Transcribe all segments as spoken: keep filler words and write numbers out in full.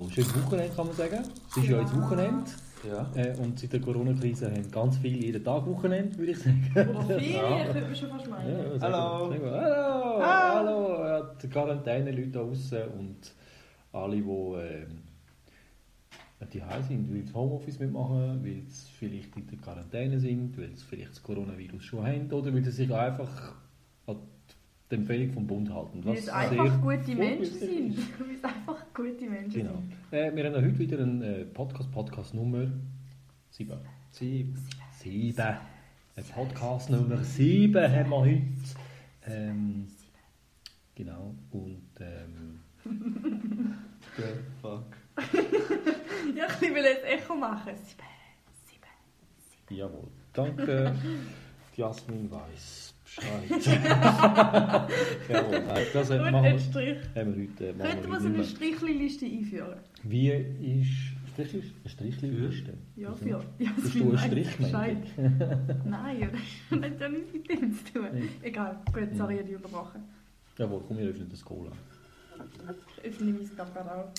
schönes Wochenende, kann man sagen. Es ist ja, ja jetzt Wochenende. Ja. Äh, und seit der Corona-Krise haben ganz viele jeden Tag Wochenende, würde ich sagen. Oder viele, ja. Könnte man schon fast meinen. Ja, hallo! Wir, hallo! Ah. Hallo! Ja, die Quarantäne-Leute da draußen und alle, die äh, die heim sind, weil sie Homeoffice mitmachen, weil sie vielleicht in der Quarantäne sind, weil sie vielleicht das Coronavirus schon haben oder weil sie sich einfach an die Empfehlung vom Bund halten. Weil es einfach gute Menschen sind. Weil es einfach gute Menschen genau. sind. Äh, wir haben heute wieder einen äh, Podcast, Podcast Nummer sieben. sieben. sieben. Ein Podcast Nummer sieben haben wir heute. Ähm, genau. Und ähm... The fuck. Ja, ich will jetzt Echo machen. sieben, sieben, sieben. Jawohl. Danke. Jasmin weiss Bescheid. Jawohl. Das Und machen ein Strich. Haben wir heute, machen Könnten wir wir so eine Strichliste einführen? Wie ist... Strichliste? Eine Strichliste? Ja, für. Ja, bist du ein Strichmännchen? Nein, das hat ja nichts mit dem zu tun. Nein. Egal, gut, sorry, die unterbrochen. Jawohl, komm, wir öffnen das Cola. Ich öffne mein Kakao.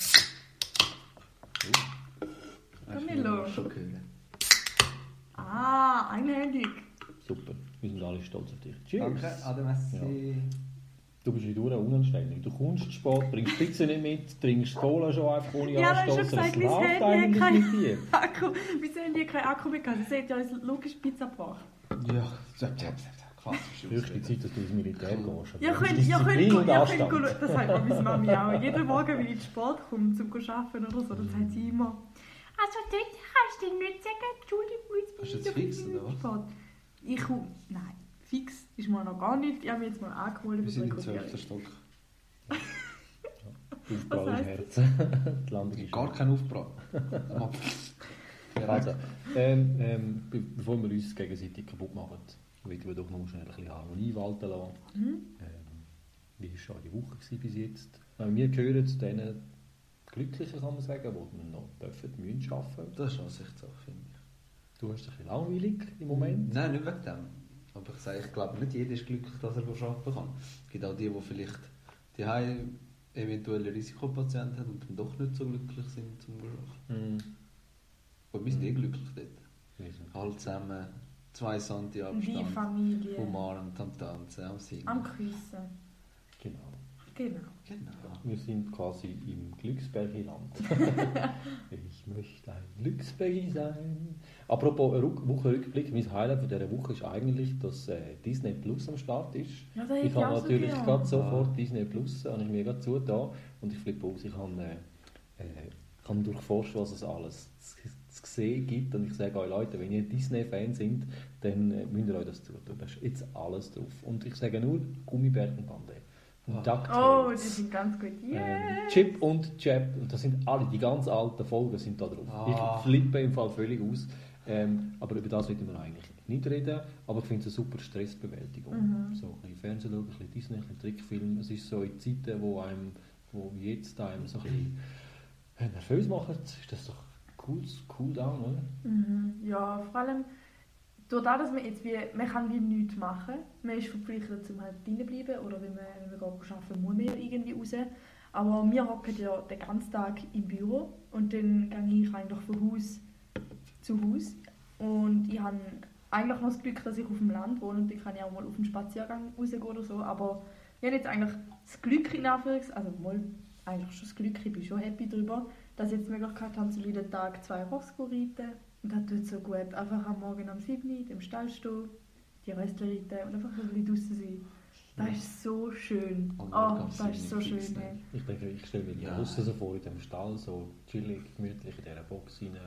Camillo. Ah, einhändig. Super, wir sind alle stolz auf dich. Cheers. Danke, Ademessi. Ja. Du bist wieder unanständig. Du kommst zu spät, bringst die Pizza nicht mit, trinkst Cola schon einfach ohne Ja, Anstoß. das ist schon gesagt, Es läuft mein eigentlich Handy mit dir. Akku. Wieso haben die keinen Akku mehr gehabt? Sie hat ja uns logisch Pizza gebracht. Ja, klassisch. Höchste Zeit, dass du ins Militär gehst. Ja, könnt Disziplin ja, könnt, und ja, Anstand. könnt, das sagt mir meine Mami auch. Jeden Morgen, wenn ich ins Sport komme, zum arbeiten oder so, dann sagt sie immer, also dort kannst du nicht sagen, Entschuldigung, jetzt bin Hast du ich jetzt fix, oder was? Sport. Ich komme, nein, fix ist mir noch gar nicht. Ich habe mich jetzt mal angemeldet. Wir sind im zwölften Stock. Aufprall im heisst Herzen. Die Landung ist Gar kein Aufprall. Also, ähm, ähm, be bevor wir uns gegenseitig kaputt machen, wollen wir doch noch schnell ein bisschen Harmonie walten lassen. Mhm. Ähm, wie war schon die Woche gewesen bis jetzt? Äh, wir gehören zu denen Glücklichen, kann man sagen, die noch dürfen, müssen arbeiten. Das ist Ansichtssache, finde ich. Du hast es ein bisschen langweilig im Moment. Nein, nicht wegen dem. Aber ich sage, ich glaube, nicht jeder ist glücklich, dass er arbeiten kann. Es gibt auch die, die vielleicht die Heim eventuelle Risikopatienten haben und dann doch nicht so glücklich sind zum Arbeiten. Mhm. Aber wir sind eh glücklich dort. Wir sind Alle zusammen, zwei Santi Die Abstand, Familie. umarmt, am Tanzen, am Singen. Am Küssen. Genau. Genau. Genau. Wir sind quasi im Glücksbergi-Land. Ich möchte ein Glücksbergi sein. Apropos Rück Wochenrückblick, mein Highlight von dieser Woche ist eigentlich, dass äh, Disney Plus am Start ist. Ja, das Ich habe auch natürlich so gerade sofort ah. Disney Plus, habe ich mir gerade zugetan und ich flippe aus, ich habe, äh, äh, kann durchforschen, was es alles zu, zu sehen gibt und ich sage euch Leute, wenn ihr Disney-Fan sind, dann äh, müsst ihr euch das zutun. Da ist jetzt alles drauf. Und ich sage nur Gummibärchen und Bande. Oh, die sind ganz gut. Yeah. Ähm, Chip und Chap, das sind alle, die ganz alten Folgen sind da drauf. Ah. Ich flippe im Fall völlig aus. Ähm, aber über das wollen wir eigentlich nicht reden. Aber ich finde es eine super Stressbewältigung. Mhm. So ein bisschen Fernsehen schauen, ein bisschen Disney, ein bisschen Trickfilm. Es ist so in Zeiten, wo einem, wo jetzt einem so ein bisschen nervös machen, ist das doch cool, cool down, oder? Mhm. Ja, vor allem durch das, dass man jetzt wie, man kann wie nichts machen. Man ist verpflichtet, um halt drin zu bleiben. Oder wenn man, wenn man geht arbeiten, muss man ja irgendwie raus. Aber wir hocken ja den ganzen Tag im Büro. Und dann gehe ich eigentlich von Haus zu Haus. Und ich habe eigentlich noch das Glück, dass ich auf dem Land wohne. Und dann kann ich auch mal auf den Spaziergang rausgehen oder so. Aber ich habe jetzt eigentlich das Glück in Anführungszeichen, also mal eigentlich schon das Glück, ich bin schon happy darüber, dass ich jetzt die Möglichkeit habe, zu jeden Tag zwei Ross zu reiten. Und das tut so gut. Einfach am Morgen um sieben Uhr im Stall stehen, die Röstchen reiten und einfach ein bisschen draussen sein. Das ist so schön. Oh, das ist so schön. Hey. Ich denke, ich stelle mir die ja. Draussen so vor, in dem Stall, so chillig, gemütlich in dieser Box rein.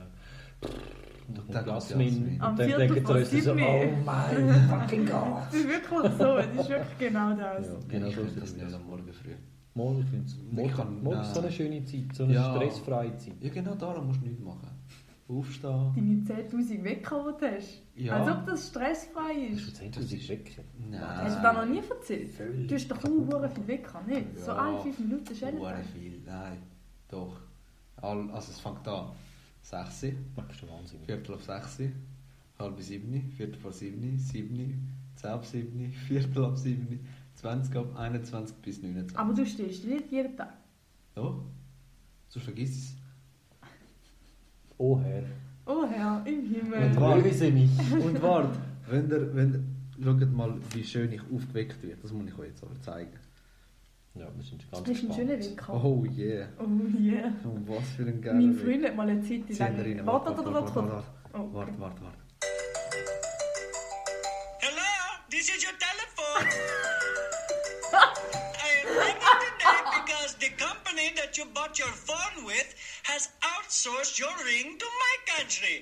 Und dann kommt Jasmin. Und dann denken sie uns so, oh mein fucking Gott. Es ist wirklich so, es ist wirklich genau das. Ja, genau so ist das nicht am Morgen früh. Morgen, ich finde es morgen, morgen so eine schöne Zeit, so eine ja. stressfreie Zeit. Ja, genau darum musst du nichts machen. Aufstehen. Deine zehntausend Wecker, die du hast. Ja. Als ob das stressfrei ist. Hast du zehntausend Wecker? Nein. Hast du das noch nie erzählt? Völlig. Du hast doch auch viele Wecker, nicht? Ja. So alle fünf Minuten ist jeden Tag. viel, nein. Doch. Also es fängt an. sechs Uhr. Das ist schon Wahnsinn. Viertel auf sechs Uhr. Halb sieben, Viertel vor sieben, sieben, zehn ab sieben, Viertel ab sieben, zwanzig ab einundzwanzig bis neunundzwanzig. Aber du stehst nicht jeden Tag? Ja. Sonst vergiss es. Oh Herr. Oh Herr, im Himmel. Und warte. Löse mich. Und warte, wenn ihr, wenn ihr, schaut mal, wie schön ich aufgeweckt werde. Das muss ich euch jetzt aber zeigen. Ja, wir sind ganz Das ist ein gespannt. schöner Wecker. Oh yeah. Oh yeah. Oh, was für ein geiler Mein Weg. Freund hat mal eine Zeit Zieh lang... rein. Warte, warte, warte, warte, warte. Oh, warte, okay. warte, warte. Hello, this is your telephone. I am ringing today because the company that you bought your phone with has outsourced your ring to my country.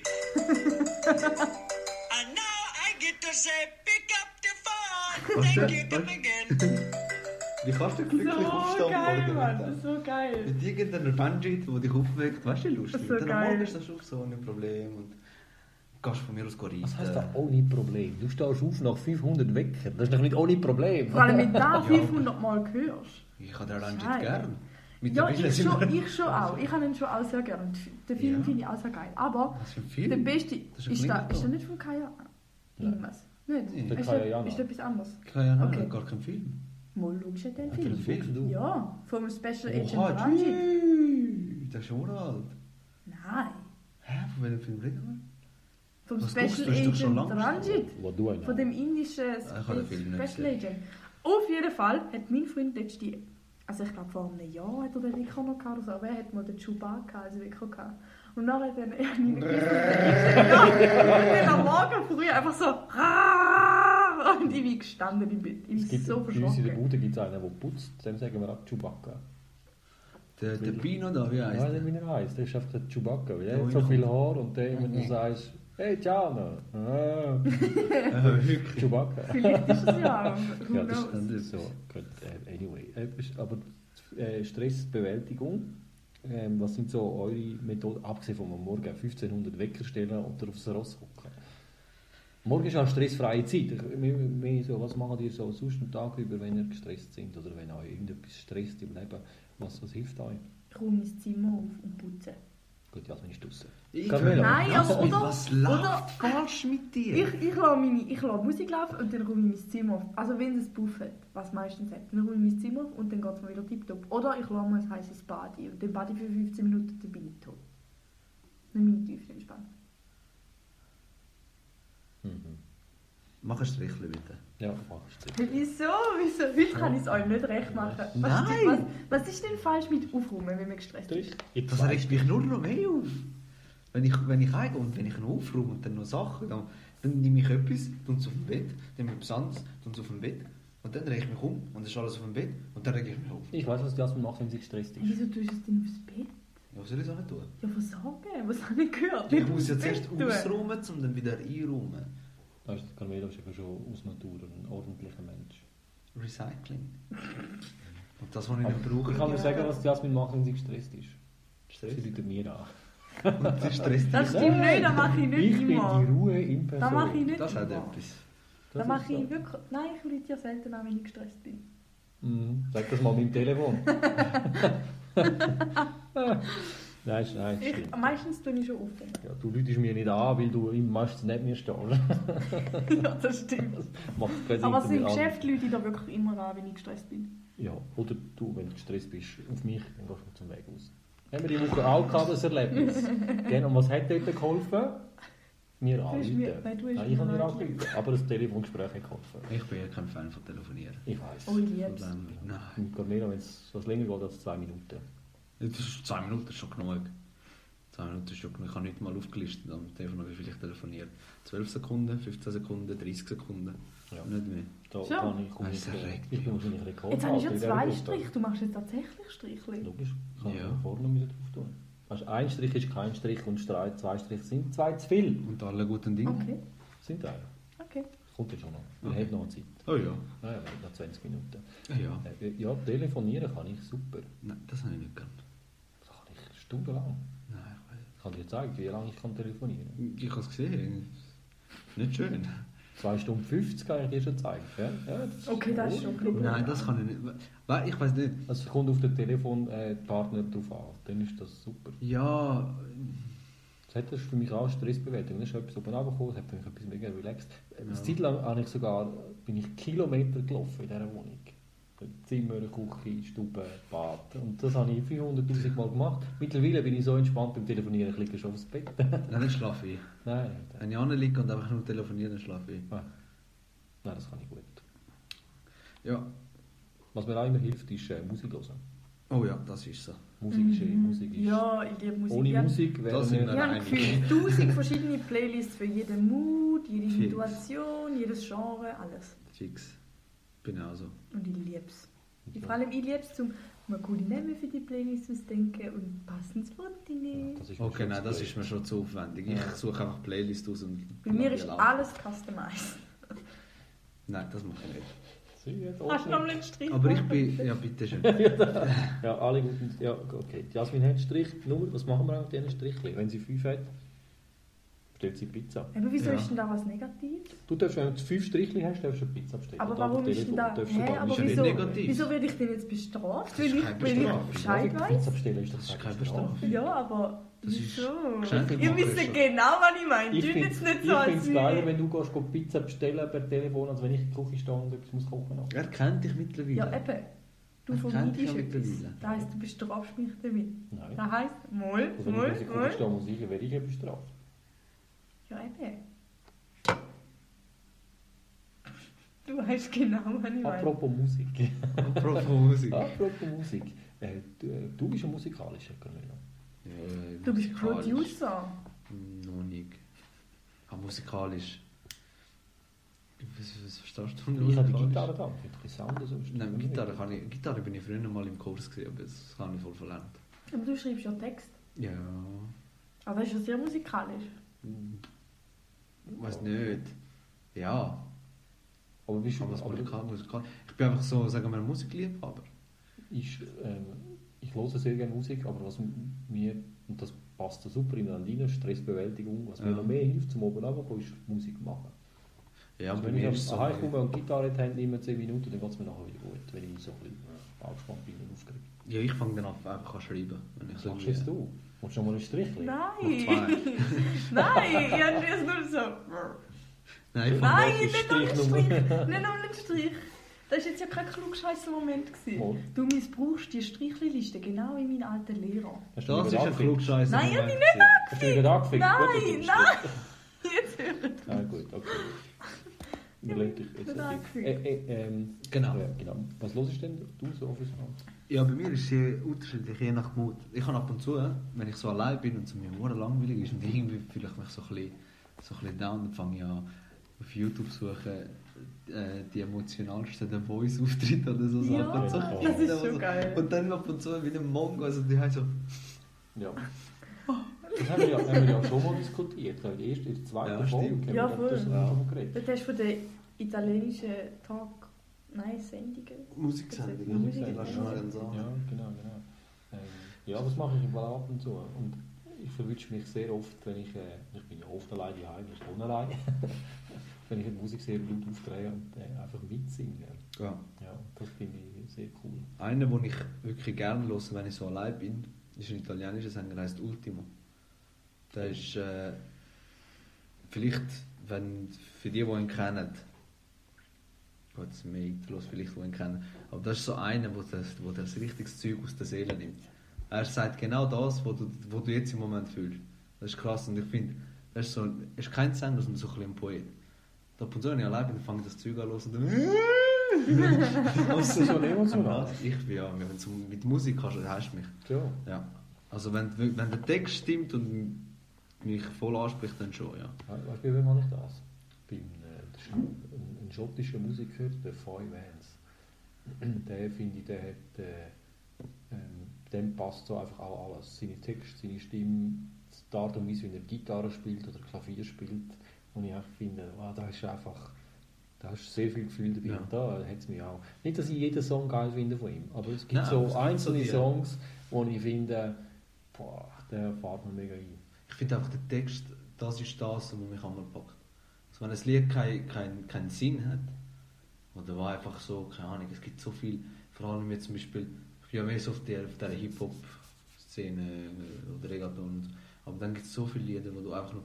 And now I get to say, pick up the phone. Was Thank denn? you, come again. Wie kannst du glücklich So aufstehen geil, morgen Mann. mit Das dem? ist so geil. Mit irgendeiner Bandscheibe, die dich aufweckt, weißt du, lustig. So Und dann am geil. Morgen ist das schon so ein Problem und gehst von mir aus reiten. Was heisst da ohne Problem? Du stehst auf nach fünfhundert Wecker. Das ist doch nicht ohne Problem. Vor allem, wenn du das fünfhundert Mal hörst. Ich habe den Orange Geil. gern. Mit Ja, der Wille ich sind schon, wir- ich schon auch. Ich habe ihn schon auch sehr gerne. Den Film Ja. finde ich auch sehr geil. Aber Was für ein Film? der beste... Das ist ein Ist da, Klingelton. ist da nicht von Kaya? Irgendwas? Nicht? Nee. Der Ist Kaya da- Jana. Ist da etwas anderes? Keine Ahnung, Okay. gar kein Film. Mal logisch hat der einen Hat er einen Film. Film? Du. Ja, vom Special Agent Oha, Ranjit. tschüss. Der ist schon alt. Nein. Hä, von welchem Film reden wir? Vom Was guckst Special du? Ist doch schon Agent lange Ranjit. Wo du einen Von dem indischen ich habe den Film nicht Special Agent. Auf jeden Fall hat mein Freund letzte, also ich glaube vor einem Jahr hat er den Wecker noch gehabt, oder so, aber er hat mal den Chewbacca als Wecker gehabt. Und nachher hat er er nicht gewusst, am Morgen früh einfach so «Raaah!» und ich bin gestanden im Bett. Ich Es bin gibt, so bei uns in der verschrocken. Bude gibt es einen, der putzt. Dem sagen wir auch Chewbacca. Der, der Pino da, wie heisst Ja, der der? meiner heisst. Der ist einfach der Chewbacca. Weil er Oh, hat so ich viel komm. Haar und der, wenn du sagst, hey, Gianna. Ah, Äh, wirklich. Chewbacca. Vielleicht ist es ja, who Ja, das knows. ist so. Gut, äh, anyway. Äh, ist- Aber äh, Stressbewältigung, ähm, was sind so eure Methoden, abgesehen vom am Morgen fünfzehnhundert Wecker stellen oder aufs Ross hocken? Morgen ist ja eine stressfreie Zeit. Ich- mehr- mehr so, was macht ihr so sonst einen Tag über, wenn ihr gestresst sind oder wenn euch irgendetwas stresst im Leben? Was, was hilft euch? Ich räume mein Zimmer auf und putze. Gut, Jasmin ist draussen. Ich Carmela. Nein, aber Jasmin, oder- was läuft oder- falsch mit dir? Ich, ich lasse meine, ich lasse Musik laufen und dann räume ich mein Zimmer auf. Also wenn es Buff hat, was meistens hat, dann räume ich mein Zimmer auf und dann geht es mir wieder tipptopp. Oder ich lasse mal ein heißes Bad ein und dann bade ich für fünfzehn Minuten und dann bin ich tot. Dann bin ich tief entspannt. Mhm. Mach ein Strichchen bitte. Ja, machst du. Wieso? Wieso? Heute kann ich es euch nicht recht machen. Was, Nein! Was, was ist denn falsch mit Aufräumen, wenn man gestresst ist? Ich Das regt mich nur noch mehr auf. Wenn ich, wenn ich heimgehe und wenn ich noch aufräume und dann noch Sachen, dann, dann nehme ich etwas, tue es auf dem Bett, dann nehme ich etwas anderes, tue es auf dem Bett und dann drehe ich mich um und es ist alles auf dem Bett und dann rege ich mich auf. Ich weiß, was Jasmin macht, wenn sie gestresst ist. Wieso tust du es denn aufs Bett? Ja, was soll ich so nicht tun? Ja, was sagen? Was habe ich gehört? Ich muss ja Aufs zuerst Bett tun. ausräumen, um dann wieder einräumen. Weißt du, Carmela ist eben schon aus Natur ein ordentlicher Mensch. Recycling. Und das, was ich nicht brauche. Ich kann dir sagen, was Jasmin macht, wenn sie gestresst ist. Stress. Sie läutet mir an. Und sie stresst Das dich. stimmt nicht, das mache ich nicht Ich bin immer. die Ruhe in Person. Das mache ich nicht Das hat immer. etwas. Das ist mache so. ich wirklich... Nein, ich rufe dir selten an, wenn ich gestresst bin. Mhm. Sag das mal mit dem Telefon. Nein, ist- nein, das Ich, stimmt. meistens tue ich schon aufstehen. Ja, du läutest mir nicht an, weil du im meistens neben mir stehst. Ja, das stimmt. Macht keinen Sinn, Aber zu so im mir an- Geschäft läute ich da wirklich immer an, wenn ich gestresst bin. Ja, oder du, wenn du gestresst bist, auf mich, dann gehst du zum Weg aus. Haben wir die Woche auch gehabt, das Erlebnis. Genau, und was hat dort geholfen? Mir hast anrufen. mir- nein, du hast Nein, ich habe mir mir angerufen. angerufen, aber das Telefongespräch hat geholfen. Ich bin ja kein Fan von Telefonieren. Ich weiß. Oh, ich liebe es. Von dem- Nein. Mit Carmela, wenn es was länger geht als zwei Minuten. Das ist zwei Minuten ist schon genug. Zwei Minuten ist schon genug. Ich habe nicht mal aufgelistet am Telefon, wie viel ich telefoniere. zwölf Sekunden, fünfzehn Sekunden, dreißig Sekunden. Ja. Nicht mehr. Da So. kann ich, komm Das ich, regt ich mich bin wahrscheinlich Rekord. Jetzt habe ich schon zwei Striche. Du machst jetzt tatsächlich Striche. Logisch, ich kann Ja. ja. vorne müssen drauf tun. Weißt, ein Strich ist kein Strich und zwei zwei Striche sind zwei zu viel. Und alle guten Dinge. Okay, Sind drei. okay. Kommt ja schon noch. Wir Okay. haben noch Zeit. Oh ja. Naja, wir haben noch zwanzig Minuten. Ja. Äh, Ja, telefonieren kann ich super. Nein, das habe ich nicht gern. Das kann ich stundenlang. Nein, ich weiß. Ich kann dir zeigen, wie lange ich kann telefonieren. Ich habe es gesehen. Nicht schön. zwei Stunden fünfzig kann ich dir schon zeigen. Ja? Ja, das Okay, das ist schon genug. Nein, das kann ich nicht. Weil ich weiß nicht. Also es kommt auf den Telefonpartner drauf an. Dann ist das super. Ja. Das hat für mich auch Stressbewältigung. Das ist etwas oben runtergekommen, das hat für mich etwas mega relaxed. Eine Ja. Zeit lang habe ich sogar, bin ich Kilometer gelaufen in dieser Wohnung. Zimmer, Küche, Stube, Bad. Und das habe ich fünfhunderttausend Mal gemacht. Mittlerweile bin ich so entspannt beim Telefonieren, ich liege schon aufs Bett. Nein, dann schlafe ich. Nein, Wenn ich anliege und einfach nur telefoniere, dann schlafe ich. ah. Nein, das kann ich gut. Ja. Was mir auch immer hilft, ist äh, Musik hören. Oh ja, das ist so. Musik ist schön, Musik ist... Ja, ich liebe Musik. Ohne Ja. Musik wäre Das sind wir... wir- Ich habe Nein, gefühlt tausend verschiedene Playlists für jeden Mood, jede Fix. Situation, jedes Genre, alles. Fix. Bin auch so. Und ich liebe es. Vor allem ich liebe es, um mir coole Namen für die Playlists auszudenken und passendes Wort rein. Das ist mir Okay, schon nein, zu das blöd. ist mir schon zu aufwendig. Ich Ja. suche einfach Playlist aus und... Bei mir lasse ist die laufen. alles customized. Nein, das mache ich nicht. Sie hat Hast du noch Ordnung. einen Strich? Aber ich machen? bin... Ja, bitteschön. Ja, alle guten... Ja, okay. Die Jasmin hat Strich. Nur, was machen wir mit diesen Strichchen? Wenn sie fünf hat, bestellt sie Pizza. Aber wieso Ja. ist denn da was Negatives? Du darfst, wenn du fünf Strichchen hast, darfst du eine Pizza bestellen. Aber Und warum am ist denn Telefon da... darfst du Hä, sogar- aber ist ja nicht wieso, negativ. wieso werde ich denn jetzt bestraft? Das Weil ist ich, keine weil ich Bestrafung. Bescheid Ja, weiss? Pizza bestellen ist doch Das ist keine keine Bestrafung. Ja, aber Das ist wieso? Geschenke Ihr machen wisst ist so. genau, was ich meine. Ich Tut finde jetzt nicht es so, als geiler, wäre... wenn du gehst, gehst Pizza bestellen per Telefon, als wenn ich in der Küche stehe und etwas muss kochen muss. Er kennt dich mittlerweile. Ja, eben. Du Das kennt vermeidest ja etwas. mittlerweile. Das heisst, du bestrafst mich damit. Nein. Das heisst, mal, Also wenn ich mal, in der Küche mal. stehe, muss ich, werde ich ja bestraft. Ja, eben. Du weißt genau, was ich meine. Apropos Musik. Apropos Musik. Apropos Musik. Äh, du, äh, du bist ein musikalischer Carmelo. Ja, Du bist musikalisch. Producer. Hm, Noch nicht. Ah, musikalisch. Was, was verstehst du? Ich habe die musikalisch? Gitarre da. Ich habe Sound so. Nein, Gitarre, kann ich, Gitarre bin ich früher mal im Kurs gesehen, aber das habe ich voll verlernt. Aber du schreibst ja Text. Ja. Aber das ist ja sehr musikalisch. Hm. Weiß nicht. Ja. Aber bist du... Aber das aber musikal, musikal. Ich bin einfach so, sagen wir, Musikliebhaber. ich, ähm, ich höre sehr gerne Musik, aber was mir, und das passt so super in eine Stressbewältigung, was mir Ja. noch mehr hilft zum oben runterkommen, ist Musik machen. Ja, Also bei wenn mir ich ist es am so. heimkomme und Gitarre in die Hand nehme, zehn Minuten, dann geht es mir nachher wieder gut, wenn ich so ein bisschen angespannt bin und aufgeregt. Ja, ich fange dann an, einfach an schreiben. Wenn ich Was so machst jetzt du? Willst du noch mal einen Strich legen? Nein! Noch zwei. Nein, ich habe jetzt nur so... Nein, ich Nein, fange nicht noch einen Strichnummer. Strich! Nicht noch einen Strich! Das war jetzt ja kein klugscheisser Moment. Voll. Du missbrauchst die Strichliste genau wie mein alter Lehrer. Hast du Das ist wieder ein angefickt? klugscheißer Nein, ich hab Moment dich gewesen. Hast du wieder angefickt? Nein, Gut, dass du nein! Jetzt hört Ah, gut, okay. Wir lassen dich jetzt Wieder ein bisschen. Äh, äh, ähm, Genau. ja, genau. Was hörst denn du so auf Sound? Ja, bei mir ist es sehr unterschiedlich, je nach Mut. Ich habe ab und zu, wenn ich so allein bin und es mir sehr langweilig ist und irgendwie fühle ich mich so ein bisschen, so ein bisschen down, dann fange ich an, auf YouTube zu suchen, äh, die emotionalsten The Voice-Auftritte oder so Ja, Sachen. So das Kinder ist oder schon so. geil. Und dann ab und zu wie ein Mongo, also die haben so... Ja. Das haben wir ja, haben wir ja schon mal diskutiert. In der ersten, in der zweiten Ja, Folge stimmt. haben Ja, wir voll. das schon mal geredet. Dort hast du von den italienischen Talk... Nein, Sendungen. Musiksendungen, Musiksendungen. lass schon mal dann sagen. Ja, genau, genau. Ähm, ja, das mache ich im Fall ab und zu. Und ich verwünsche mich sehr oft, wenn ich, äh, ich bin ja oft allein daheim, ich wohne allein, wenn ich die Musik sehr laut aufdrehe und äh, einfach mitsinge. Ja. Ja, das finde ich sehr cool. Einer, den ich wirklich gerne höre, wenn ich so allein bin, ist ein italienischer Sänger, der heißt Ultimo. Der ist äh, vielleicht, wenn für die, die ihn kennen, Gott, das Mate, los vielleicht, die ihn kennen, aber das ist so einer, der das, wo das richtiges Zeug aus der Seele nimmt. Er sagt genau das, was du, wo du jetzt im Moment fühlst. Das ist krass und ich finde, er ist, so, er ist kein Sänger, sondern so ein bisschen ein Poet. Ab und zu, wenn ich allein bin, fange ich das Zeug an los und dann... Das ist schon emotional. Ich bin ja, wenn du mit Musik hast, dann hast du mich. Ja. Ja. Also wenn, wenn der Text stimmt und mich voll anspricht, dann schon, ja. Weißt du, wie mache ich das? Ich bin äh, ein, ein schottischer Musiker, der Foy Vance. Der finde ich, der hat, äh, ähm, dem passt so einfach auch alles. Seine Texte, seine Stimme, die Art und Weise, wie er Gitarre spielt oder Klavier spielt. Und ich einfach finde, wow, da ist einfach, da ist sehr viel Gefühl dabei. Ja. Und da hat es mich auch. Nicht, dass ich jeden Song geil finde von ihm, aber es gibt Nein, aber es so gibt einzelne so die- Songs, wo ich finde, boah, der fährt mir mega ein. Ich finde einfach, der Text, das ist das, was mich einmal packt. Also wenn ein Lied keinen kein, kein Sinn hat, oder war einfach so, keine Ahnung, es gibt so viel, vor allem jetzt zum Beispiel, ich bin ja mehr so auf der, auf der Hip-Hop-Szene äh, oder Reggaeton, und so. Aber dann gibt es so viele Lieder, wo du einfach nur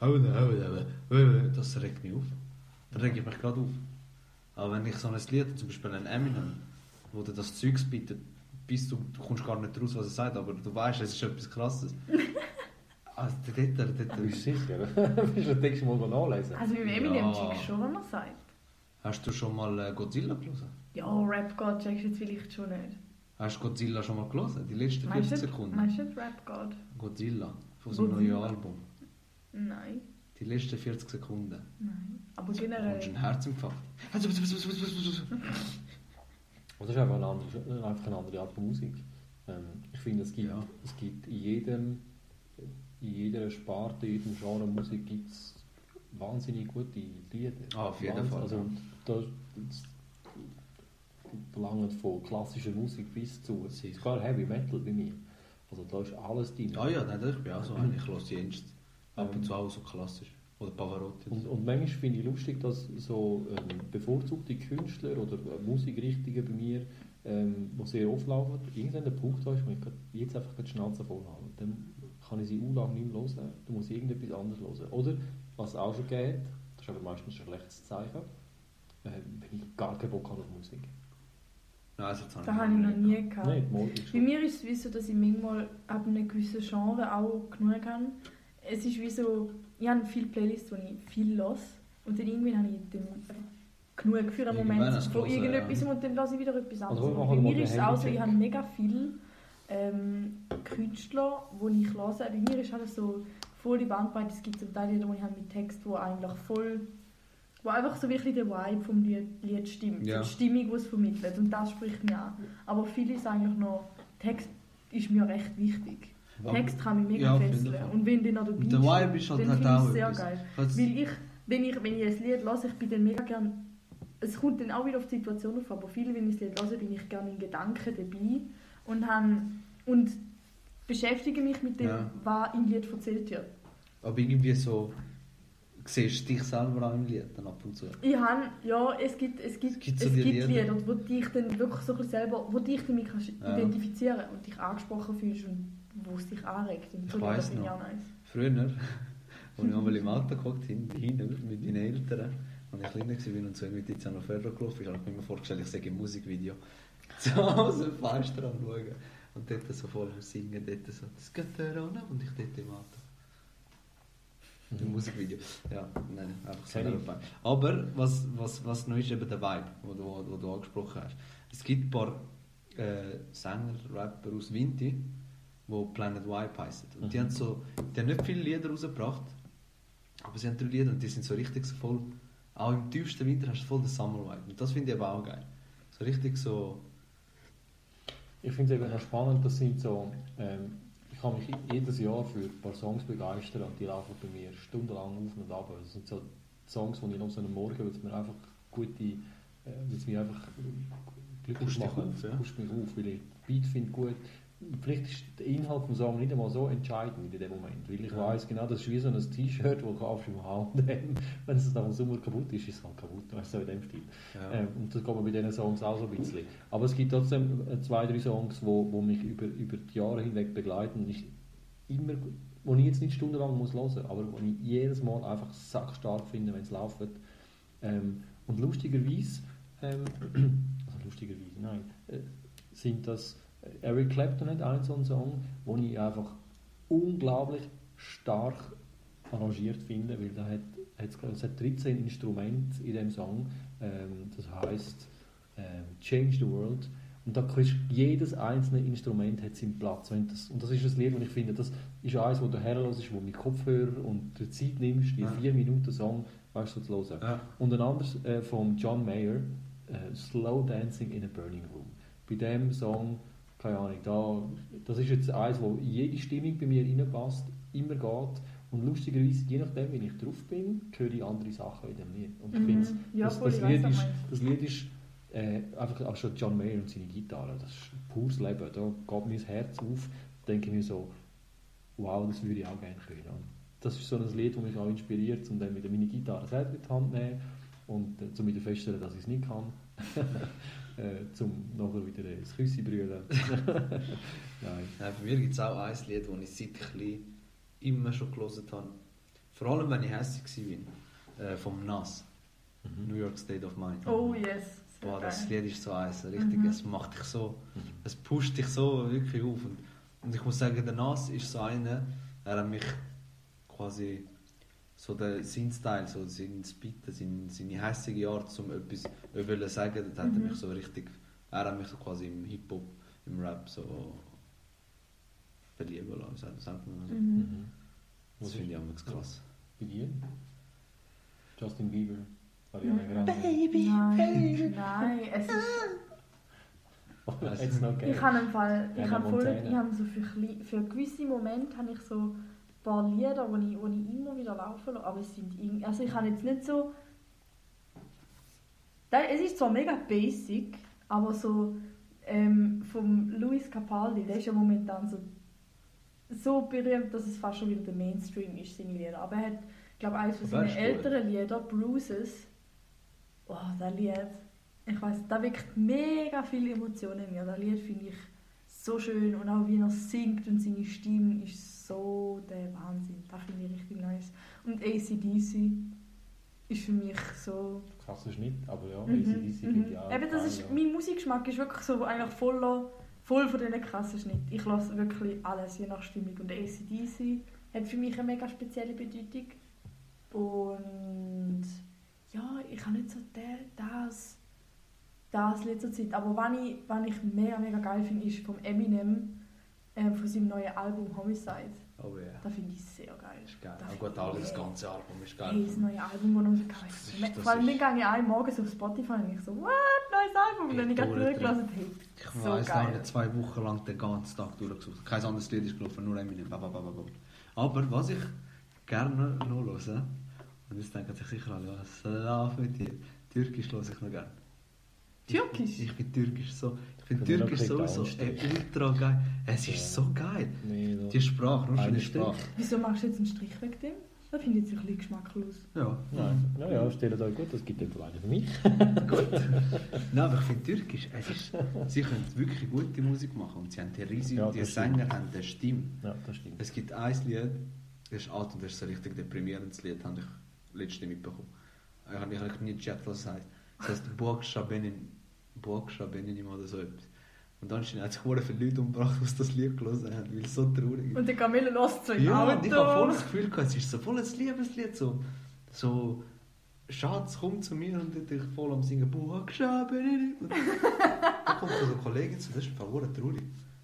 hörst, das regt mich auf. Dann reg ich mich gerade auf. Aber wenn ich so ein Lied, zum Beispiel ein Eminem, wo dir das Zeugs bietet, bis du, du kommst gar nicht raus, was er sagt, aber du weißt, es ist etwas Krasses. Also, dort, dort, dort, Bist du sicher? Bist du den Text mal nachlesen? Also beim Eminem Ja. checkst du schon, was man sagt. Hast du schon mal äh, Godzilla gelesen? Ja, Rap God checkst du jetzt vielleicht schon nicht. Hast du Godzilla schon mal gelesen? Die letzten Meinst vierzig du, Sekunden? meinst du nicht Rap God? Godzilla, von seinem neuen Godzilla. Album. Nein, Die letzten vierzig Sekunden. nein. Aber Du generell... hast einen Herzinfarkt. Das ist einfach eine andere, einfach eine andere Art von Musik. Ähm, ich finde, es gibt, Ja. es gibt in, jedem, in jeder Sparte, in jedem Genre Musik gibt es wahnsinnig gute Lieder. Ah, auf jeden Wahnsinn. Fall, Also, ja. da, das verlangt von klassischer Musik bis zu, sogar Heavy Metal bei mir. Also da ist alles drin. Ah ja, nein, ich bin auch so einer. Ich höre Jenst. Ab und zu auch so klassisch. Oder Pavarotti. Und, und manchmal finde ich lustig, dass so ähm, bevorzugte Künstler oder äh, Musikrichtungen bei mir, ähm, die sehr oft laufen, irgendwann der Punkt da ist, wo ich grad jetzt einfach die Schnauze voll habe. Dann kann ich sie auch lange nicht mehr hören, dann muss ich irgendetwas anderes hören. Oder, was es auch schon geht, das ist aber meistens ein schlechtes Zeichen, äh, wenn ich gar keinen Bock habe auf Musik. Nein, also, das Das habe ich noch nie gehabt. Nein, mal ist Bei schon. mir ist es wie so, dass ich manchmal ab einem gewissen Genre auch genug habe. Es ist wie so, ich habe viele Playlists, die ich viel höre. Und dann irgendwann habe ich dann genug für einen Irgendwann Moment hast du von gehört, irgendetwas ja. und dann lasse ich wieder etwas Also, anderes. wir machen Bei mal mir den ist es auch so, ich Handycheck. habe mega viele ähm, Künstler, die ich höre. Bei mir ist alles so voll die Bandbreite. Es gibt zum Teil Lieder, die ich habe mit Text, wo eigentlich voll, wo einfach so wirklich der Vibe vom Lied, Lied stimmt. Ja. Die Stimmung, die es vermittelt. Und das spricht mir an. Aber viel ist eigentlich noch, Text ist mir recht wichtig. Text kann mich mega Ja, auf jeden fesseln. Fall. Und wenn dann noch dabei Und der Vibe ist halt dann halt finde ich auch es sehr etwas. geil. Jetzt- Weil ich, wenn ich, wenn ich ein Lied höre, ich bin dann mega gern, es kommt dann auch wieder auf die Situation auf, aber viel, wenn ich das Lied höre, bin ich gerne in Gedanken dabei und, habe, und beschäftige mich mit dem, Ja. was im Lied erzählt wird. Aber irgendwie so, siehst du dich selber auch im Lied dann ab und zu. Ich habe, ja, es gibt, es gibt, Es gibt es so gibt die Lieder, Lieder. wo dich dann wirklich so ein bisschen selber, wo dich damit kannst Ja. identifizieren und dich angesprochen fühlst und wo es dich anregt. Und Ich so Lieder weiss finde ich noch. auch nice. Früher, als ich einmal im Auto gehockt hin, hinten mit meinen Eltern, als ich kleiner war und so mit Tiziano Ferro gelaufen ist, habe ich mir vorgestellt, ich sehe ein Musikvideo. So aus dem Fenster am Schauen. Und dort so voll am Singen, dort so, das geht da runter und ich dort im Auto. Im Musikvideo. Ja, nein, einfach so Kenn ich. nebenbei. Aber was, was, was noch ist, eben der Vibe, den du, wo du angesprochen hast. Es gibt ein paar äh, Sänger, Rapper aus Vinti, die Planet Vibe heissen. Und die Mhm. haben so, die haben nicht viele Lieder rausgebracht, aber sie haben drei Lieder und die sind so richtig so voll, auch im tiefsten Winter hast du voll den Summer Vibe. Und das finde ich aber auch geil. So richtig so, Ich finde es eben noch spannend, das sind so, ähm, ich kann mich jedes Jahr für ein paar Songs begeistern und die laufen bei mir stundenlang auf und ab. Das sind so Songs, die ich noch so am Morgen, weil es mir einfach gute, äh, weil es mich einfach glücklich Pusht dich macht, auf, ja. pusht mich auf, weil ich den Beat finde gut. Vielleicht ist der Inhalt des Songs nicht einmal so entscheidend in dem Moment, weil ich Ja. weiss, genau, das ist wie so ein T-Shirt, das du kaufst im H und M. Wenn es nach dem Sommer kaputt ist, ist es halt kaputt, weißt du, so in dem Stil. ja. Ähm, und das geht mir bei diesen Songs auch so ein bisschen. Aber es gibt trotzdem äh, zwei, drei Songs, die wo, wo mich über, über die Jahre hinweg begleiten. Und ich immer, wo ich jetzt nicht stundenlang muss hören muss, aber wo ich jedes Mal einfach sackstark finde, wenn es läuft. Ähm, und lustigerweise, ähm, also lustigerweise, nein, äh, sind das, äh, Eric Clapton hat einen so einen Song, den ich einfach unglaublich stark arrangiert finde, weil da hat, hat's, es hat dreizehn Instrumente in dem Song, ähm, das heisst ähm, Change the World, und da kriegst du, jedes einzelne Instrument hat seinen Platz. Wenn das, und das ist ein Lied, das ich finde, das ist eines, wo du herhörst, wo du mit Kopfhörer und die Zeit nimmst, die Ja. vier Minuten Song, weißt du, zu hören. Ja. Und ein anderes äh, von John Mayer, äh, Slow Dancing in a Burning Room. Bei dem Song, keine Ahnung, da, das ist jetzt eins, wo in jede Stimmung bei mir reinpasst, immer geht. Und lustigerweise, je nachdem, wie ich drauf bin, höre ich andere Sachen in dem Lied. Und ich finde, Mhm. Ja, das, voll, das, ich weiss, Lied was ist, du meinst. das Lied ist äh, einfach auch schon John Mayer und seine Gitarre. Das ist pures Leben. Da geht mein Herz auf. Da denke ich mir so, wow, das würde ich auch gerne können. Und das ist so ein Lied, das mich auch inspiriert, um dann wieder meine Gitarre selbst in die Hand zu nehmen und äh, um wieder feststellen, dass ich es nicht kann. äh, um nachher wieder das Küssi brüllen. Nein. Nein, bei mir gibt es auch ein Lied, das ich seit ich klein immer schon gelesen habe. Vor allem, wenn ich hässlich war. Äh, vom Nas. Mhm. New York State of Mind. Oh yes, Boah, das geil. Lied ist so eins, richtig, Mhm. es macht dich so, es pusht dich so wirklich auf. Und, und ich muss sagen, der Nas ist so einer, er hat mich quasi so der, sein Style, so sein Spitten, sein, seine hässige Art, um etwas zu sagen, das hat er Mhm. mich so richtig, er hat mich so quasi im Hip-Hop, im Rap so verlieben lassen, sagt sagt man so. Mhm. Mhm. Das finde ich auch krass. Bei dir? Justin Bieber, Ariana Mhm. Grande. Nein, nein, es ist... Oh, jetzt noch geil. Ich habe im Fall, ich Hannah habe voll, Montana. ich habe so für, kle- für gewisse Momente habe ich so ein paar Lieder, die ich, wo ich immer wieder laufen lasse, aber es sind irgendwie, also ich habe jetzt nicht so, da, es ist zwar mega basic, aber so ähm, vom Luis Capaldi, der ist ja momentan so, so berühmt, dass es fast schon wieder der Mainstream ist, seine Lieder, aber er hat, ich glaube, eines von Aber er seinen ist gut. älteren Lieder, Bruises, oh, das Lied, ich weiss, da weckt mega viele Emotionen in mir. Das Lied finde ich so schön und auch wie er singt und seine Stimme ist so der Wahnsinn. Das finde ich richtig nice. Und A C D C ist für mich so... Krasser Schnitt, aber ja, Mhm, A C D C mhm. finde ich auch Eben, das geil, ist, ja. mein Musikgeschmack ist wirklich so eigentlich voller, voll von diesen krassen Schnitten. Ich lasse wirklich alles, je nach Stimmung. Und A C D C hat für mich eine mega spezielle Bedeutung. Und ja, ich habe nicht so der, das... das Lied zur Zeit. Aber was ich, was ich mega, mega geil finde, ist vom Eminem, ähm, von seinem neuen Album Homicide. Oh ja, Das finde ich sehr geil. das ist geil. Das Oh Gott, finde ich alles, das mega- ganze Album ist Hey, das geil. neue Album, das noch so geil Das ist. ist- das Vor allem ist- dann gehe ich einen Morgen auf Spotify und ich so, what, neues Album? Und dann habe ich gerade Hey, durchgelassen. Hey, Ich so weiss, geil. lange zwei Wochen lang den ganzen Tag durchgesucht. Kein anderes Lied ist gelaufen, nur Eminem. Bababababa. Aber was ich gerne noch höre, und jetzt denken sich sicher alle, was läuft mit dir? Türkisch höre ich noch gerne. Türkisch? Ich, ich finde Türkisch so, ich finde Ich bin Türkisch noch ein sowieso bisschen ey, ultra geil. Es ist Ja. so geil. Nee, no. Die Sprache, nur schon Eine die Sprache. Wieso machst du jetzt einen Strich wegen dem? Das finde ich jetzt ein bisschen geschmacklos. Ja. Nein, naja, stellt euch gut, das gibt einfach einen für mich. Gut. Nein, aber ich finde Türkisch, es ist, sie können wirklich gute Musik machen und sie haben die riesige, Ja, die das Sänger stimmt. haben eine Stimme. Ja, das stimmt. Es gibt ein Lied, das ist alt und das ist ein richtig deprimierendes Lied, habe ich letztens mitbekommen. Ich habe ich habe nie gecheckt, was es heißt. Das heißt Buaksha Benin, Buaksha Benin oder so etwas. Und dann hat sich sehr viele Leute umgebracht, die das Lied gelesen haben, weil es so traurig ist. Und der Camille lässt so im Ja, Auto. und ich habe voll das Gefühl gehabt, es ist so voll ein Liebeslied, so, so Schatz, komm zu mir und ich voll am Singen Buaksha Benin. Und dann kommt so eine Kollegin zu, das ist voll traurig.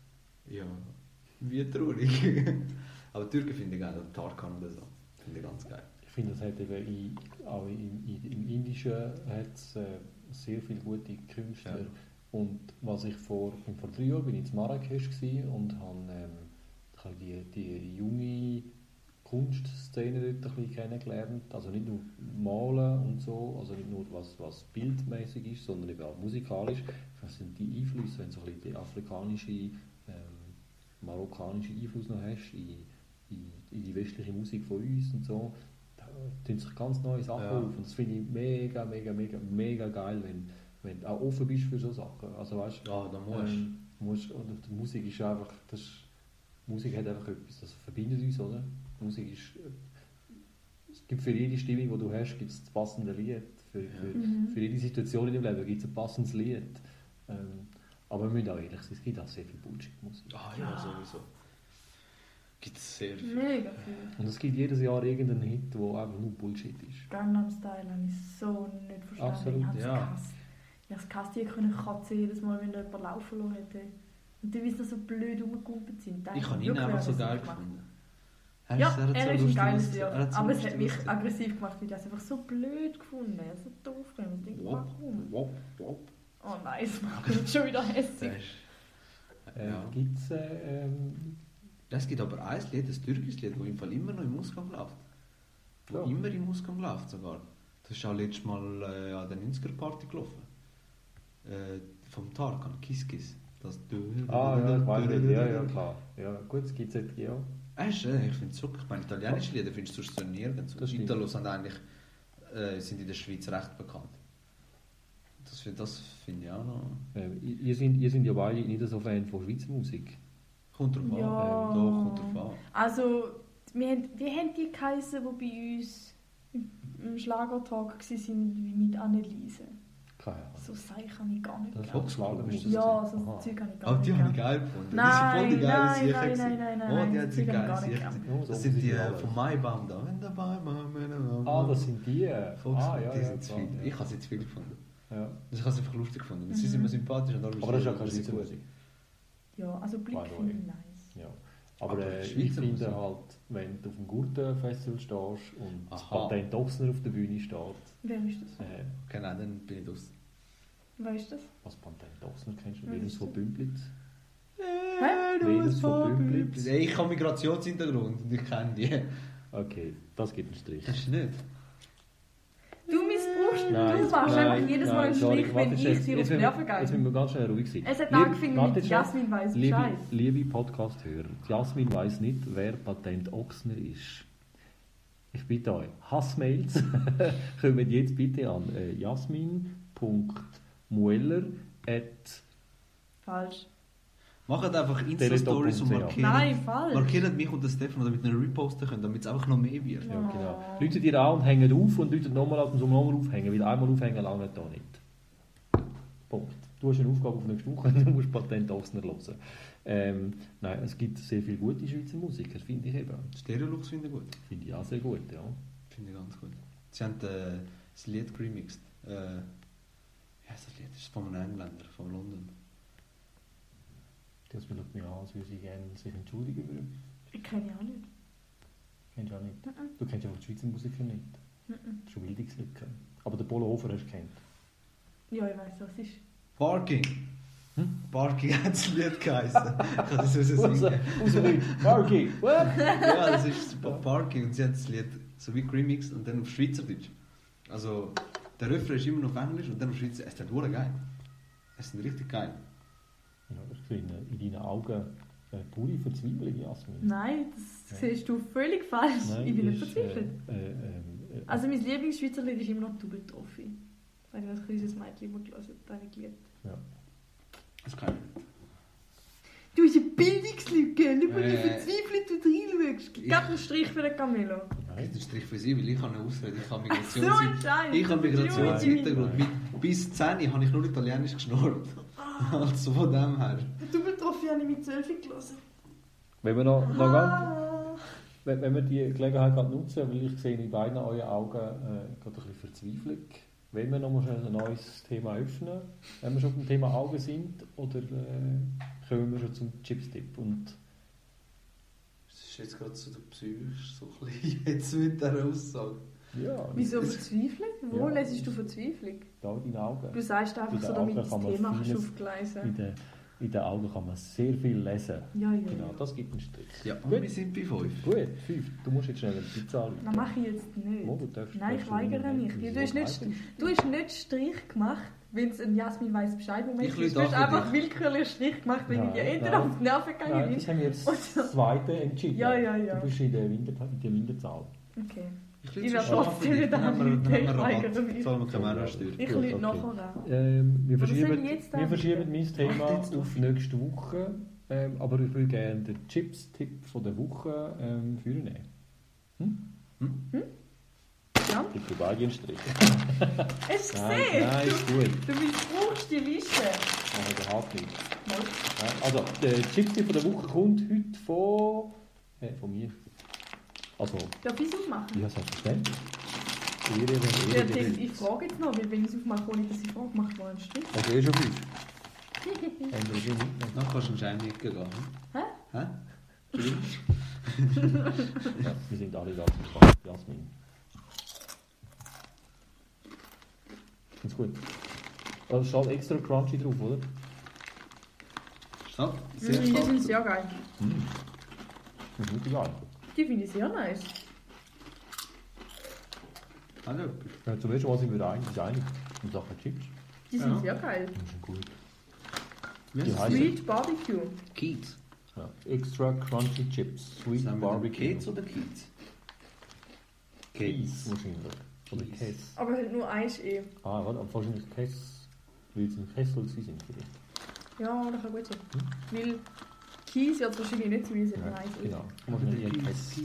Ja, wie traurig. Aber Türken finde ich geil, oder Tarkan oder so. Finde ich ganz geil. Ich finde, das hat eben in, auch im, in, im Indischen hat's, äh, sehr viele gute Künstler. Ja. Und was ich vor, vor drei Jahren bin ich in Marrakesch gsi und habe ähm, ich habe die, die junge Kunstszene dort ein bisschen kennengelernt. Also nicht nur Malen und so, also nicht nur was, was bildmäßig ist, sondern eben auch musikalisch. Was sind die Einflüsse, wenn du so ein bisschen die afrikanische, ähm, marokkanische Einfluss noch hast in, in, in die westliche Musik von uns und so, da tun sich ganz neue Sachen Ja. auf. Und das finde ich mega, mega, mega, mega geil, wenn, wenn du auch offen bist für so Sachen. Also weißt, Ja, da musst du. ähm, musst, und die Musik ist einfach, das, Musik hat einfach etwas, das verbindet uns, oder? Musik ist, äh, es gibt für jede Stimmung, die du hast, gibt es das passende Lied. Für, für, Mhm. für jede Situation in deinem Leben gibt es ein passendes Lied. Ähm, aber wir müssen auch ehrlich sein, es gibt auch sehr viel Bullshit-Musik. Ah ja, Ja. sowieso. Gibt es sehr viel. Mega viel. Und es gibt jedes Jahr irgendeinen Hit, der einfach nur Bullshit ist. Gangnam Style habe ich so nicht verstanden. Absolut, ich habe es ja. gehasst. Ich habe es gehasst, die können kotzen jedes Mal, wenn jemand laufen lassen hätte. Und die, wie sie so blöd rumgekumpelt sind. Da Ich habe ihn wirklich einfach so aggressiv geil gemacht. gefunden. Ja, hat er so ist ein lustig geiles ausgesehen. Lied. Er hat so Aber es lustig hat mich ausgesehen. aggressiv gemacht, weil ich das einfach so blöd gefunden habe. So doof gefunden. Ich denke, Wop, warum? wop, wop. Oh nein, das macht mich jetzt schon wieder hässlich. Das ist- Äh, Ja. Gibt es äh, ähm, Es gibt aber ein Lied, ein türkisches Lied, das im Fall immer noch im Ausgang läuft. Wo Ja. immer im Ausgang läuft sogar. Das ist auch letztes Mal äh, an der neunziger-Party gelaufen. Äh, vom Tarkan, Kiss Kiss. Das Ah ja, ich weiß nicht, ja, ja, klar. Ja, gut, es gibt es jetzt, ja. Weißt du, ich finde es so, ich meine, italienische Lieder findest du sonst so nirgends. Das Die stimmt. Italos sind eigentlich, äh, sind in der Schweiz recht bekannt. Das, find- das finde ich auch noch... Ähm, ihr, sind, ihr sind ja beide nicht so Fan von Schweizer Musik. Kommt drauf an. Ja. Ähm, Doch, kommt drauf an. Also, wir haben, wie haben die geheissen, die bei uns im, im Schlagertalk waren, wie mit Anneliese? Keine Ahnung. So Sachen kann ich gar nicht Das ist gerne. Volkswagen-Musik. Ja, so Aha. Zeug kann ich gar Aber nicht die habe ich gerne. geil gefunden. Nein, das sind voll die geile nein, Sicher nein, gewesen. nein, nein, nein, Oh, die nein, hat das sie kann ich geil gar nicht sicher gerne. gewesen. Ja, so Das sind die Musik äh, alles. vom Maibaum da. Wenn der Baum Ah, das sind die. Volkswagen, Ah, ja, die ja, sind zu klar. viel. Ich habe sie zu viel gefunden. Ja. Ich habe es einfach lustig gefunden. Mhm. Sie sind mir sympathisch und darum Aber das ist ja es keine gut. Schweizer Musik. Ja, also Blick By the finde ich way. nice. Ja. Aber, Aber äh, ich Schweizer finde Musik. halt, wenn du auf dem Gurtenfestival stehst und das Aha. Patent Ochsner auf der Bühne steht, Wer ist das? äh, Okay, nein, dann bin ich draus. Wer ist das? was Patent Ochsner kennst du? Wer Venus ist von das? Bümplitz. Hä? Venus von Bümplitz. Hey, ich habe Migrationshintergrund und ich kenne die. Okay, das gibt einen Strich. Hast du nicht? Du missbrauchst, Nein, du machst nein, einfach jedes Mal nein, einen sorry, Strich, warte wenn ich jetzt, dir auf jetzt die müssen Nerven wir- Jetzt gehe. müssen wir ganz schnell ruhig sein. Es hat Lieb- angefangen warte mit jetzt schnell. Jasmin weiss Liebe, Bescheid. liebe Podcast-Hörer, Jasmin weiss nicht, wer Patent Ochsner ist. Ich bitte euch, Hassmails kommen jetzt bitte an äh, jasmin punkt mueller at Falsch. Macht einfach Insta-Stories und Teleton punkt c h. markiert, Nein, falsch. markiert mich und den Stefan, damit wir ihn reposten können, damit es einfach noch mehr wird. Ja, genau. Oh. Leute dir an und hängen auf und Leute nochmal ab und so nochmal aufhängen, weil einmal aufhängen lange da nicht. Punkt. Du hast eine Aufgabe auf nächste Woche, du musst Patent Ochsner hören. Ähm, nein, es gibt sehr viele gute Schweizer Musiker, finde ich eben. Stereolux finde ich gut. Finde ich auch sehr gut, ja. Finde ich ganz gut. Sie haben äh, das Lied geremixed. Äh, wie heißt das Lied? Das ist von einem Engländer, von London. Das schaut mich an, als würde sie gerne sich entschuldigen würden. Ich kenne ihn auch nicht. Kennst du auch nicht? Mhm. Du kennst einfach die Schweizer Musiker nicht. Mhm. Das ist eine Bildungslücke. Aber den Polo Hofer hast du kennt. Ja, ich weiss, was es ist. Barking. Hm? Barking hat das Lied geheißen. Ich kann das so Raus, singen. raus mit Barky! What? Ja, das ist Barking und sie hat das Lied so wie geremixed und dann auf Schweizerdeutsch. Also der Refrain ist immer noch auf Englisch und dann auf Schweizer. Es ist halt geil. Es ist richtig geil. Ja, ich sehe in, in deinen Augen eine pure Verzweiflung, Jasmin. Nein, das Ja. siehst du völlig falsch. Nein, ich bin nicht ist, verzweifelt. Äh, äh, ähm, äh, Also mein Lieblingsschweizer Lied ist immer noch «Du Trophy». Das habe ich als kleines Mädchen immer gelesen, das habe ich geliebt. ja. Das kann Du hast eine Bildungslücke, nicht mal Äh. wie verzweifelt du reinschaust. Gib einen Strich für den Camillo. ich einen Strich für sie, weil ich habe eine Ausrede. Ich habe So ein Migrations Scheiß. ich habe Migrationshintergrund. Nein. Mit- Bis zehn habe ich nur Italienisch geschnurrt. Also von dem her. Den Double-Trophy habe ich mit zwölf gelesen. Wenn wir noch, noch ganz, Ah. wenn, wenn wir die Gelegenheit gerade nutzen, weil ich sehe in beiden euren Augen äh, gerade ein bisschen Verzweiflung. Wenn wir noch mal schnell ein neues Thema öffnen, wenn wir schon beim Thema Augen sind, oder äh, kommen wir schon zum Chips-Tipp? Und Das ist jetzt gerade so der Psych, so ein bisschen jetzt mit dieser Aussage. ja, Wieso Verzweiflung? Wo Ja. lesest du Verzweiflung? da in den Augen. Du sagst einfach In so, den damit Augen das kann man Thema kannst du vieles- aufgleisen. In den, in den Augen kann man sehr viel lesen. Ja, ja, Genau, ja. das gibt einen Strich. Ja, Gut. und wir sind bei fünf. Gut, fünf. Du musst jetzt schnell eine Pizza anrufen. Das mache ich jetzt nicht. Oh, du darfst- Nein, ich darfst du weigere nicht. mich. Du Wieso hast nicht, weigerst du? du hast nicht Strich gemacht, wenn es ein Jasmin weiss Bescheid Moment Ich ist. Du lüte hast auch für einfach willkürlich Strich gemacht, wenn ich Nein, dir entweder nein. auf die Nerven gegangen Nein, bin. das haben wir jetzt Und- das zweite entschieden. Ja, ja, ja. Du bist in der, Winter, in der Minderzahl. Okay. Ich Ich werde trotzdem nicht nicht Dann haben wir anrufen, dann haben ich wir weigere Rabatt. mich. Zahlen wir keine Ja, Mehrwertsteuer. Ich Gut, lüte okay. nachher an. Ähm, wir Oder soll verschieben, ich jetzt wir anrufen? verschieben mein Thema Ach, jetzt auf nächste Woche. Ähm, aber ich will gerne den Chips-Tipp von der Woche ähm, für ihn nehmen. Hm? Ja. Ich gebe beide einen Strich. Hast du Nein, gesehen? nein, ist gut. Du missbrauchst die Liste. Nein, überhaupt nicht. Mal. Ja, also, der Chips-Tipp von der Woche kommt heute von... Äh, von mir. Also, Darf ich es aufmachen? ja, selbstverständlich. Ehre, wenn Ja, Ehre ich, gebührt. ich frage jetzt noch, weil wenn ich es aufmache, ohne dass ich frage, macht man einen Strich. Also eh schon fünf. Haben wir schon mitgenommen. Dann kannst du einen Schein mitgehen. Hä? Hä? Ja, wir sind alle ganz gespannt. Jasmin. Ist gut. Also steht extra crunchy drauf, oder? Stopp. Mhm, Sehr die stark. sind sehr geil. Das ist wirklich geil. Die finde ich sehr nice. Hallo. Ja, zum ersten Mal sind wir einig, einig in Sachen Chips. Die sind Ja. sehr geil. Das ist schon gut. Wie Die heißt heißen- Sweet Barbecue. Kiez. Ja. Extra crunchy Chips. Sweet Sagen wir Barbecue. Kiez oder Kiez? Kies wahrscheinlich. Oder Kies. Käse. Aber halt nur eins eh. Ah, warte, aber wahrscheinlich Käse. Weil es im Kessel sie sind vielleicht. Ja, das kann gut sein. Weil Kies wird wahrscheinlich nicht so easy. Ja, Eins eh. genau. Wahrscheinlich eher Käse.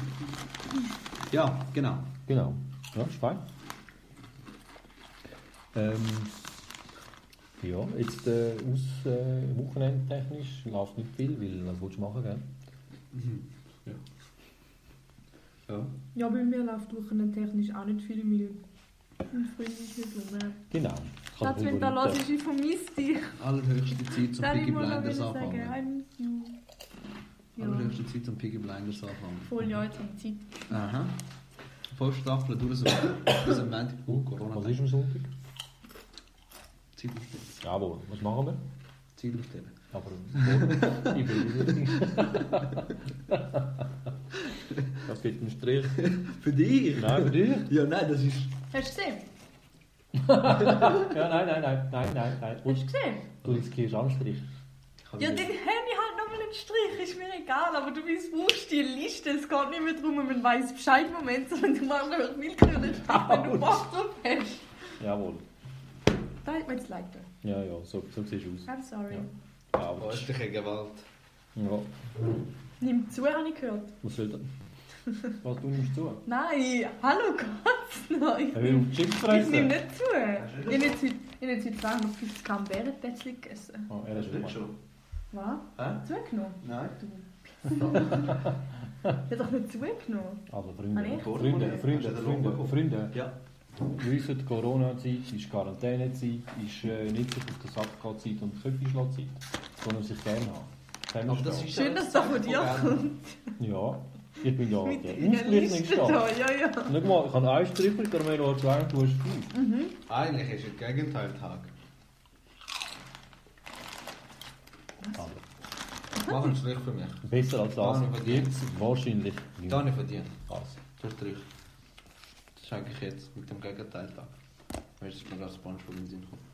Ja, genau. Genau. Ja, ist fein. Ähm, ja, jetzt äh, aus äh, wochenendtechnisch läuft nicht viel, weil was willst du machen, gell? Mhm. Ja. Ja. Ja, bei mir läuft wochenendtechnisch auch nicht viel, weil mein Freund ist nicht rum. Genau. Schatz, wenn du da hörst, ich vermisse dich. Allerhöchste Zeit zum Darf ich Piggy mal noch Blinders sagen, I anfangen. miss you. Ja, Allerhöchste Zeit zum Piggy Blinders anfangen. voll ja, jetzt haben Zeit. Aha. Fünf Staffeln durch so. Bis am Montag. Oh, Corona. Was ist am Sonntag? Zeit aufstellen. Jawohl, was machen wir? Zeit aufstellen. Aber ich will das gibt einen Strich. Für dich? Nein, für dich? Ja, nein, das ist... Hast du gesehen? Ja, nein, nein, nein, nein, nein, nein. Hast du gesehen? Du riskierst Anstrich. Ja, dann habe ich halt nochmal einen Strich, ist mir egal, aber du brauchst die Liste, es geht nicht mehr darum, man weiss Bescheid im Moment, sondern du machst einfach willkürlich Strich, wenn du Bock drauf hast. Jawohl. Da hat man jetzt leid. Ja, ja, so, so siehst du aus. I'm sorry. Ja. Aber, Häusliche Gewalt. ja. Nimm zu, habe ich gehört. Was soll das? Was, du nimmst zu? Nein, hallo Gott, nein. Er will auf Chips Ich fressen. nehme nicht zu. Ich habe jetzt heute, ich habe jetzt heute zweihundertfünfzig Gramm Bärenpätzchen gegessen. Oh, er Hast ist du nicht nicht schon? Was? Hä? Zugenommen? Nein. Ich habe doch nicht zugenommen. Also Freunde, Ah, nicht? Freunde, Freunde, Hast du den Freunde, Lohn Freunde. Ja. Wir wissen, die Corona-Zeit ist Quarantänezeit, ist äh, nicht sich auf den Sack gehen Zeit und Köpfischlatzeit, sondern sich gerne haben. Aber das ist Schön, dass das von dir kommt. Ja, ich bin ja Mit der deiner Ausgleich Liste da. da, ja, ja. Schau mal, ich habe einen Strich, Carmelo hat zwei und du hast fünf. Mhm. Eigentlich ist es der Gegenteiltag. Also, Mach einen Strich für mich. besser als das Ah, nicht verdient. jetzt wahrscheinlich nicht. Da nicht verdient. Also, Der Strich. Das ist eigentlich jetzt mit dem Gegenteiltag. Weißt du, dass mir gerade Spongebob in den Sinn kommt.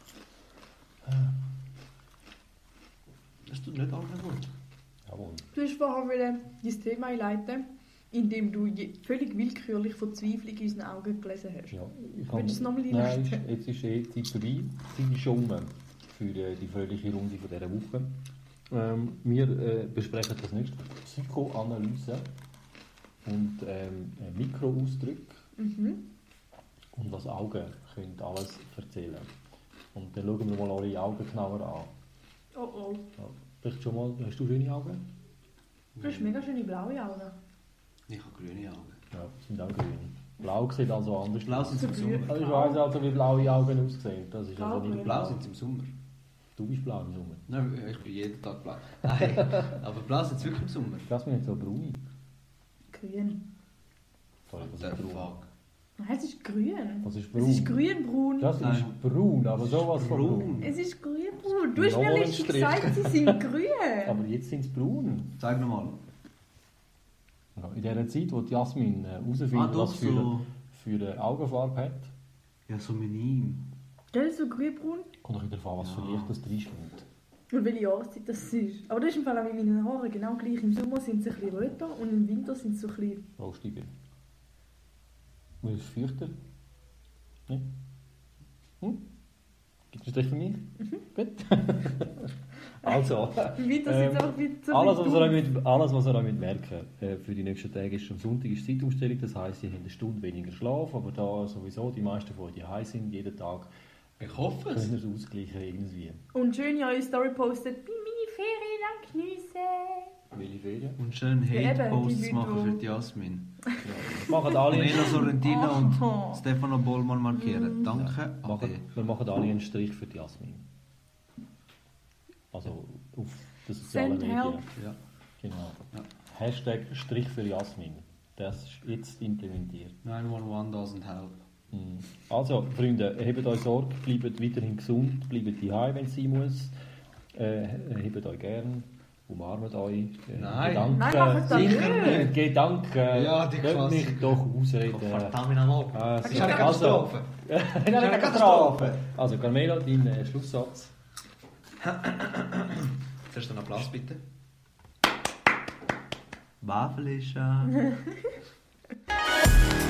Das tut nicht allen gut. jawohl. Du hast vorher dein Thema einleiten, indem du je- völlig willkürlich Verzweiflung in unseren Augen gelesen hast. Ja, ich Willst du es nochmal Nein, einleiten? ist- jetzt ist eh die Zeit vorbei. Die Zeit ist schon um für äh, die fröhliche Runde von dieser Woche. Ähm, wir äh, besprechen das nächste Psychoanalyse und ähm, äh, Mikroausdrücke Mhm. und was Augen können alles erzählen. Und dann schauen wir mal eure Augen genauer an. Oh oh. Ja, vielleicht schon mal, hast du schöne Augen? Du hast mega schöne blaue Augen. Ich habe grüne Augen. Ja, sind auch grün. Blau sieht also anders Blau aus. sind sie im So Sommer. grün. Also ich weiss also, wie blaue Augen aussehen. Das ist also Blau, nicht Blau sind sie im Sommer. Du bist blau im Sommer. Nein, ich bin jeden Tag blau. Nein, aber blau sind sie wirklich im Sommer. Lass mich nicht so braun. Grün. Sorry, das Der ist braun. Fuck. Nein, es ist grün. Das ist Es braun. ist grün-braun. Das Nein. ist braun, aber sowas von Braun. braun. Es ist grün-braun. Du hast mir Nochmal ein letztens Strich. gesagt, sie sind grün. Aber jetzt sind sie braun. Zeig nochmal. Ja, in dieser Zeit, wo die Jasmin äh, herausfindet, Ah, doch, was für, so. für eine Augenfarbe hat, Ja, so minim. Gell, so grün-braun? kommt auch wieder davon, was für Ja. Licht das reinschwimmt. Und welche Jahreszeit das ist. Aber das ist im Fall auch mit meinen Haaren genau gleich. Im Sommer sind sie ein bisschen röter und im Winter sind sie so ein bisschen... Rostiger. Und ist es feuchter? Nicht? Hm? Gibt es das für mich? Gut. Also, Im Winter Ähm, sind sie einfach wie so alles, was ihr dumm. euch mit, alles, was ihr euch mit merken äh, für die nächsten Tage ist am Sonntag ist Zeitumstellung. Das heisst, ihr habt eine Stunde weniger Schlaf, aber da sowieso die meisten von euch daheim sind, jeden Tag, Ich hoffe es. können wir es ausgleichen irgendwie. Und schön in eure Story postet, bei meine Ferien am Geniessen. Welche Ferien? Und schön Ja, eben, die Hate-Posts Leute, machen die- für die Jasmin. Ja, das machen alle. Nela Sorrentino und Oh. Stefano Bollmann markieren. Danke. Machen, Ade. wir machen alle einen Strich für die Jasmin. Also auf den sozialen Send Medien. help. Ja. Genau. Ja. Hashtag Strich für Jasmin. Das ist jetzt implementiert. neun eins eins doesn't help. Mhm. Also, Freunde, hebt euch Sorge, bleibt weiterhin gesund, bleibt daheim, wenn es sein muss. Äh, hebt euch gern, umarmt euch. Äh, Nein. Gedanken, Nein, macht das Sicher nicht. äh, Gedanken, Ja, die lasst Klasse. mich doch ausreden. Verdammt am Abend. Ah, Das es ist eine also, Katastrophe. das ist eine eine Katastrophe. Also, Carmelo, dein äh, Schlusssatz. Zuerst einen Applaus bitte. Waffelischer.